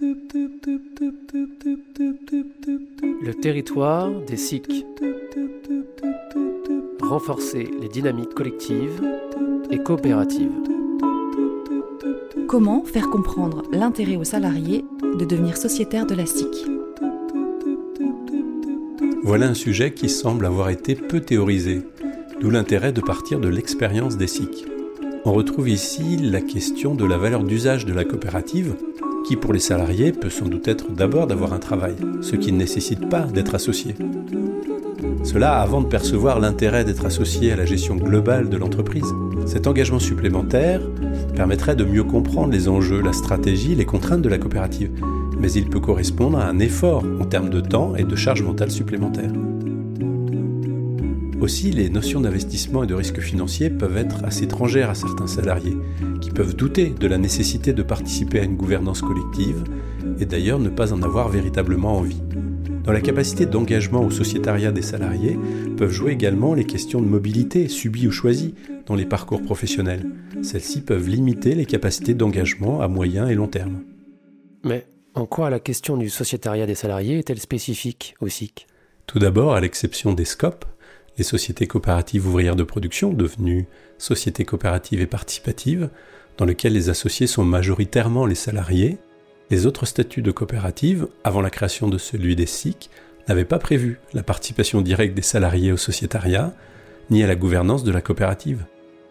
Le territoire des SIC. Renforcer les dynamiques collectives et coopératives. Comment faire comprendre l'intérêt aux salariés de devenir sociétaire de la SIC ? Voilà un sujet qui semble avoir été peu théorisé, d'où l'intérêt de partir de l'expérience des SIC. On retrouve ici la question de la valeur d'usage de la coopérative, qui pour les salariés peut sans doute être d'abord d'avoir un travail, ce qui ne nécessite pas d'être associé. Cela avant de percevoir l'intérêt d'être associé à la gestion globale de l'entreprise. Cet engagement supplémentaire permettrait de mieux comprendre les enjeux, la stratégie, les contraintes de la coopérative, mais il peut correspondre à un effort en termes de temps et de charge mentale supplémentaire. Aussi, les notions d'investissement et de risque financier peuvent être assez étrangères à certains salariés, qui peuvent douter de la nécessité de participer à une gouvernance collective, et d'ailleurs ne pas en avoir véritablement envie. Dans la capacité d'engagement au sociétariat des salariés peuvent jouer également les questions de mobilité, subies ou choisies, dans les parcours professionnels. Celles-ci peuvent limiter les capacités d'engagement à moyen et long terme. Mais en quoi la question du sociétariat des salariés est-elle spécifique au SIC ? Tout d'abord, à l'exception des SCOP, les sociétés coopératives ouvrières de production, devenues sociétés coopératives et participatives, dans lesquelles les associés sont majoritairement les salariés, les autres statuts de coopérative, avant la création de celui des SIC, n'avaient pas prévu la participation directe des salariés au sociétariat, ni à la gouvernance de la coopérative.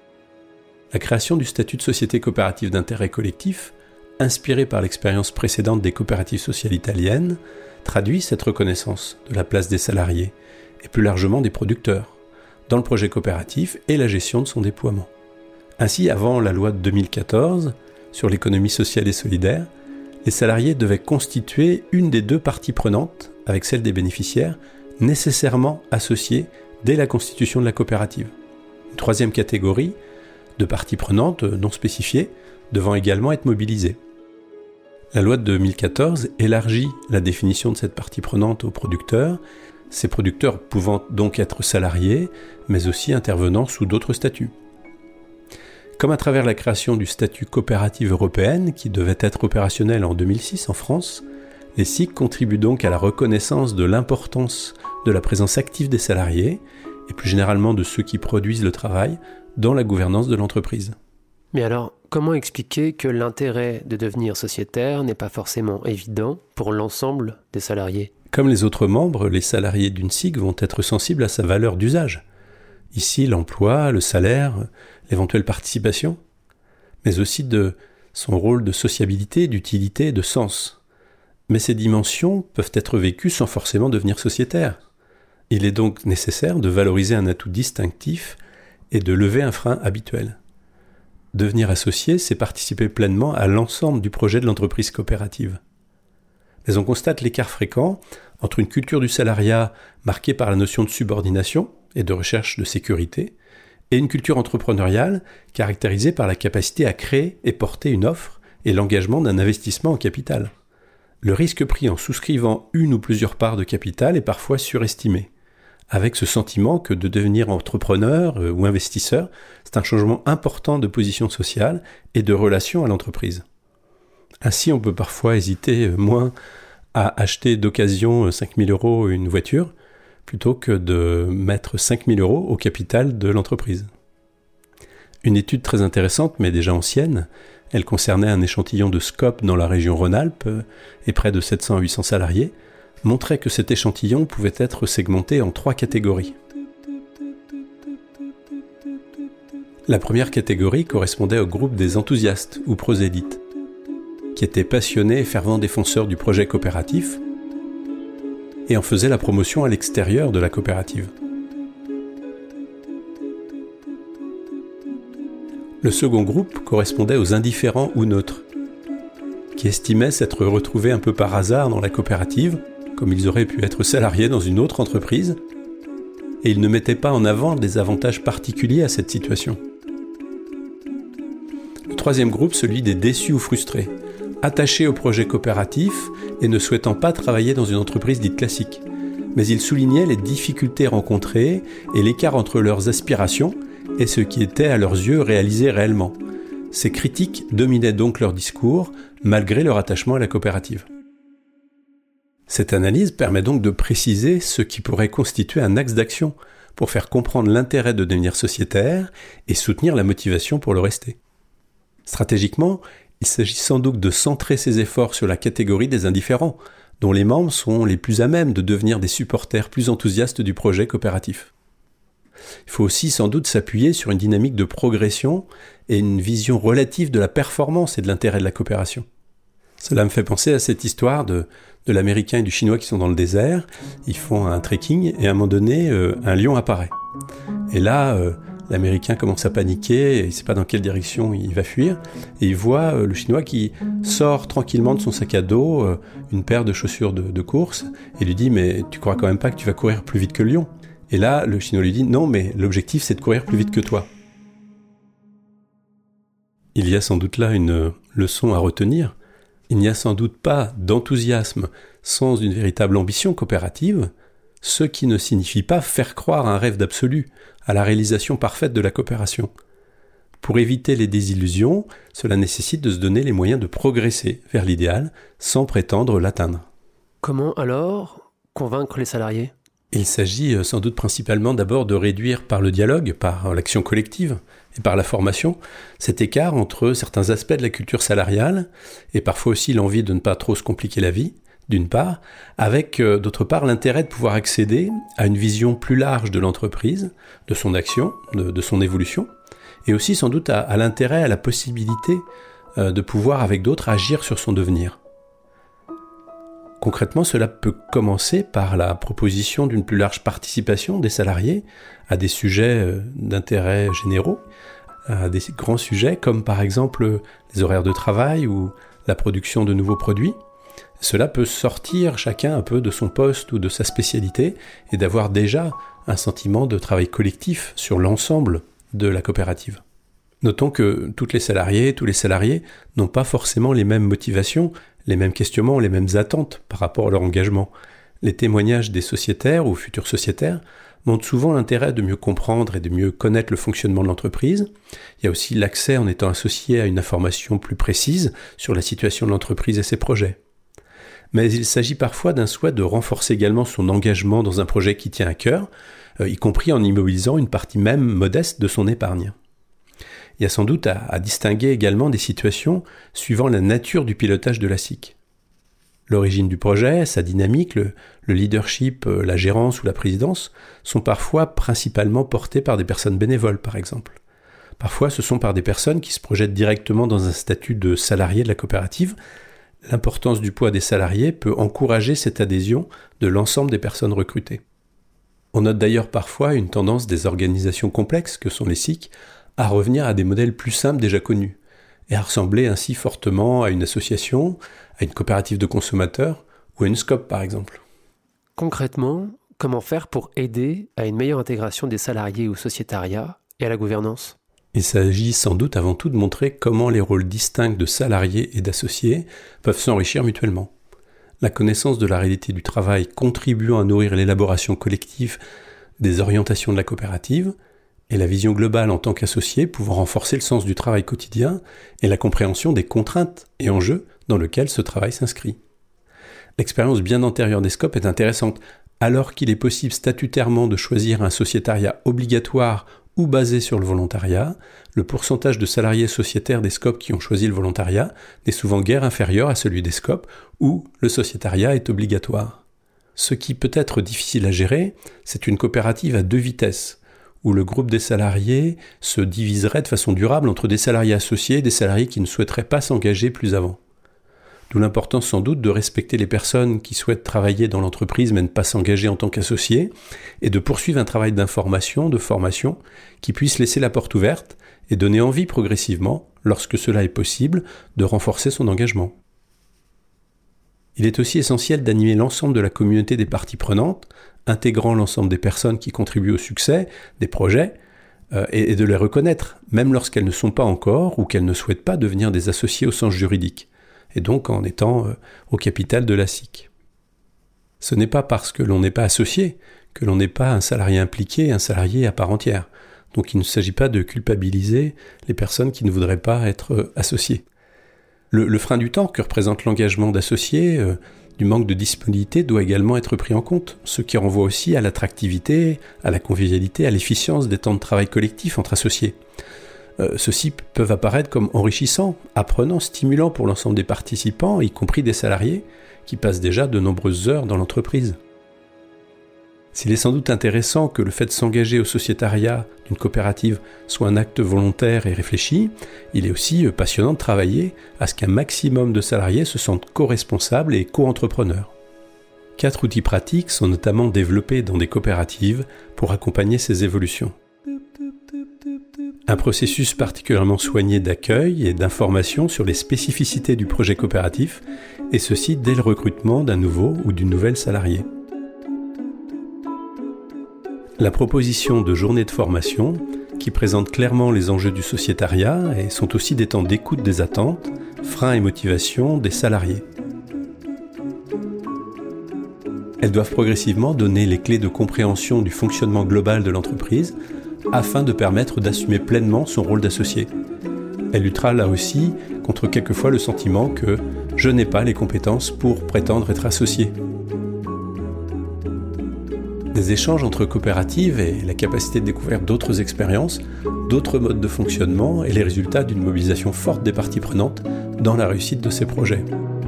La création du statut de société coopérative d'intérêt collectif, inspirée par l'expérience précédente des coopératives sociales italiennes, traduit cette reconnaissance de la place des salariés, et plus largement des producteurs, dans le projet coopératif et la gestion de son déploiement. Ainsi, avant la loi de 2014 sur l'économie sociale et solidaire, les salariés devaient constituer une des deux parties prenantes, avec celle des bénéficiaires, nécessairement associées dès la constitution de la coopérative. Une troisième catégorie de parties prenantes non spécifiées devant également être mobilisées. La loi de 2014 élargit la définition de cette partie prenante aux producteurs, ces producteurs pouvant donc être salariés, mais aussi intervenant sous d'autres statuts. Comme à travers la création du statut coopérative européenne, qui devait être opérationnel en 2006 en France, les SIC contribuent donc à la reconnaissance de l'importance de la présence active des salariés, et plus généralement de ceux qui produisent le travail, dans la gouvernance de l'entreprise. Mais alors, comment expliquer que l'intérêt de devenir sociétaire n'est pas forcément évident pour l'ensemble des salariés ? Comme les autres membres, les salariés d'une SIC vont être sensibles à sa valeur d'usage. Ici, l'emploi, le salaire, l'éventuelle participation, mais aussi de son rôle de sociabilité, d'utilité, de sens. Mais ces dimensions peuvent être vécues sans forcément devenir sociétaire. Il est donc nécessaire de valoriser un atout distinctif et de lever un frein habituel. Devenir associé, c'est participer pleinement à l'ensemble du projet de l'entreprise coopérative. Mais on constate l'écart fréquent entre une culture du salariat marquée par la notion de subordination et de recherche de sécurité, et une culture entrepreneuriale caractérisée par la capacité à créer et porter une offre et l'engagement d'un investissement en capital. Le risque pris en souscrivant une ou plusieurs parts de capital est parfois surestimé, avec ce sentiment que de devenir entrepreneur ou investisseur, c'est un changement important de position sociale et de relation à l'entreprise. Ainsi, on peut parfois hésiter moins à acheter d'occasion 5 000 € une voiture, plutôt que de mettre 5 000 € au capital de l'entreprise. Une étude très intéressante, mais déjà ancienne, elle concernait un échantillon de SCOP dans la région Rhône-Alpes et près de 700 à 800 salariés, montrait que cet échantillon pouvait être segmenté en 3 catégories. La première catégorie correspondait au groupe des enthousiastes ou prosélytes, qui étaient passionnés et fervents défenseurs du projet coopératif et en faisaient la promotion à l'extérieur de la coopérative. Le second groupe correspondait aux indifférents ou neutres, qui estimaient s'être retrouvés un peu par hasard dans la coopérative, comme ils auraient pu être salariés dans une autre entreprise, et ils ne mettaient pas en avant des avantages particuliers à cette situation. Le troisième groupe, celui des déçus ou frustrés, attachés au projet coopératif et ne souhaitant pas travailler dans une entreprise dite classique. Mais ils soulignaient les difficultés rencontrées et l'écart entre leurs aspirations et ce qui était à leurs yeux réalisé réellement. Ces critiques dominaient donc leur discours, malgré leur attachement à la coopérative. Cette analyse permet donc de préciser ce qui pourrait constituer un axe d'action pour faire comprendre l'intérêt de devenir sociétaire et soutenir la motivation pour le rester. Stratégiquement, il s'agit sans doute de centrer ses efforts sur la catégorie des indifférents, dont les membres sont les plus à même de devenir des supporters plus enthousiastes du projet coopératif. Il faut aussi sans doute s'appuyer sur une dynamique de progression et une vision relative de la performance et de l'intérêt de la coopération. Cela me fait penser à cette histoire de l'Américain et du Chinois qui sont dans le désert. Ils font un trekking et à un moment donné, un lion apparaît. Et là, l'Américain commence à paniquer, et il ne sait pas dans quelle direction il va fuir. Et il voit le Chinois qui sort tranquillement de son sac à dos une paire de chaussures de course et lui dit « Mais tu crois quand même pas que tu vas courir plus vite que le lion ?» Et là, le Chinois lui dit « Non, mais l'objectif c'est de courir plus vite que toi. » Il y a sans doute là une leçon à retenir. Il n'y a sans doute pas d'enthousiasme sans une véritable ambition coopérative, ce qui ne signifie pas faire croire à un rêve d'absolu, à la réalisation parfaite de la coopération. Pour éviter les désillusions, cela nécessite de se donner les moyens de progresser vers l'idéal sans prétendre l'atteindre. Comment alors convaincre les salariés ? Il s'agit sans doute principalement d'abord de réduire par le dialogue, par l'action collective et par la formation, cet écart entre certains aspects de la culture salariale et parfois aussi l'envie de ne pas trop se compliquer la vie, d'une part, avec d'autre part l'intérêt de pouvoir accéder à une vision plus large de l'entreprise, de son action, de son évolution, et aussi sans doute à l'intérêt, à la possibilité de pouvoir avec d'autres agir sur son devenir. Concrètement, cela peut commencer par la proposition d'une plus large participation des salariés à des sujets d'intérêt généraux, à des grands sujets comme par exemple les horaires de travail ou la production de nouveaux produits. Cela peut sortir chacun un peu de son poste ou de sa spécialité et d'avoir déjà un sentiment de travail collectif sur l'ensemble de la coopérative. Notons que tous les salariés n'ont pas forcément les mêmes motivations, les mêmes questionnements, les mêmes attentes par rapport à leur engagement. Les témoignages des sociétaires ou futurs sociétaires montrent souvent l'intérêt de mieux comprendre et de mieux connaître le fonctionnement de l'entreprise. Il y a aussi l'accès en étant associé à une information plus précise sur la situation de l'entreprise et ses projets. Mais il s'agit parfois d'un souhait de renforcer également son engagement dans un projet qui tient à cœur, y compris en immobilisant une partie même modeste de son épargne. Il y a sans doute à distinguer également des situations suivant la nature du pilotage de la SIC. L'origine du projet, sa dynamique, le leadership, la gérance ou la présidence sont parfois principalement portés par des personnes bénévoles, par exemple. Parfois, ce sont par des personnes qui se projettent directement dans un statut de salarié de la coopérative. L'importance du poids des salariés peut encourager cette adhésion de l'ensemble des personnes recrutées. On note d'ailleurs parfois une tendance des organisations complexes que sont les SIC à revenir à des modèles plus simples déjà connus, et à ressembler ainsi fortement à une association, à une coopérative de consommateurs ou à une SCOP par exemple. Concrètement, comment faire pour aider à une meilleure intégration des salariés au sociétariat et à la gouvernance ? Il s'agit sans doute avant tout de montrer comment les rôles distincts de salariés et d'associés peuvent s'enrichir mutuellement. La connaissance de la réalité du travail contribuant à nourrir l'élaboration collective des orientations de la coopérative, et la vision globale en tant qu'associé pouvant renforcer le sens du travail quotidien et la compréhension des contraintes et enjeux dans lesquels ce travail s'inscrit. L'expérience bien antérieure des SCOP est intéressante. Alors qu'il est possible statutairement de choisir un sociétariat obligatoire ou basé sur le volontariat, le pourcentage de salariés sociétaires des SCOP qui ont choisi le volontariat n'est souvent guère inférieur à celui des SCOP où le sociétariat est obligatoire. Ce qui peut être difficile à gérer, c'est une coopérative à deux vitesses, où le groupe des salariés se diviserait de façon durable entre des salariés associés et des salariés qui ne souhaiteraient pas s'engager plus avant. D'où l'importance sans doute de respecter les personnes qui souhaitent travailler dans l'entreprise mais ne pas s'engager en tant qu'associés, et de poursuivre un travail d'information, de formation, qui puisse laisser la porte ouverte et donner envie progressivement, lorsque cela est possible, de renforcer son engagement. Il est aussi essentiel d'animer l'ensemble de la communauté des parties prenantes, intégrant l'ensemble des personnes qui contribuent au succès des projets, et de les reconnaître, même lorsqu'elles ne sont pas encore ou qu'elles ne souhaitent pas devenir des associés au sens juridique, et donc en étant au capital de la SIC. Ce n'est pas parce que l'on n'est pas associé que l'on n'est pas un salarié impliqué, un salarié à part entière. Donc il ne s'agit pas de culpabiliser les personnes qui ne voudraient pas être associées. Le frein du temps que représente l'engagement d'associés, du manque de disponibilité doit également être pris en compte, ce qui renvoie aussi à l'attractivité, à la convivialité, à l'efficience des temps de travail collectifs entre associés. Ceux-ci peuvent apparaître comme enrichissants, apprenants, stimulants pour l'ensemble des participants, y compris des salariés, qui passent déjà de nombreuses heures dans l'entreprise. S'il est sans doute intéressant que le fait de s'engager au sociétariat d'une coopérative soit un acte volontaire et réfléchi, il est aussi passionnant de travailler à ce qu'un maximum de salariés se sentent co-responsables et co-entrepreneurs. 4 outils pratiques sont notamment développés dans des coopératives pour accompagner ces évolutions. Un processus particulièrement soigné d'accueil et d'information sur les spécificités du projet coopératif, et ceci dès le recrutement d'un nouveau ou d'une nouvelle salariée. La proposition de journées de formation qui présentent clairement les enjeux du sociétariat et sont aussi des temps d'écoute des attentes, freins et motivations des salariés. Elles doivent progressivement donner les clés de compréhension du fonctionnement global de l'entreprise afin de permettre d'assumer pleinement son rôle d'associé. Elle luttera là aussi contre quelquefois le sentiment que je n'ai pas les compétences pour prétendre être associé. Des échanges entre coopératives et la capacité de découvrir d'autres expériences, d'autres modes de fonctionnement et les résultats d'une mobilisation forte des parties prenantes dans la réussite de ces projets.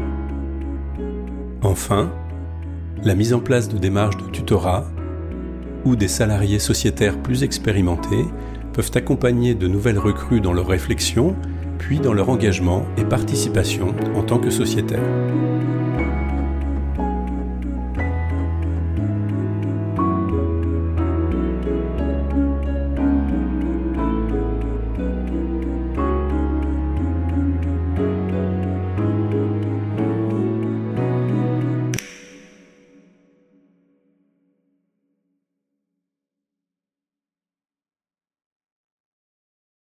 Enfin, la mise en place de démarches de tutorat où des salariés sociétaires plus expérimentés peuvent accompagner de nouvelles recrues dans leur réflexion, puis dans leur engagement et participation en tant que sociétaires.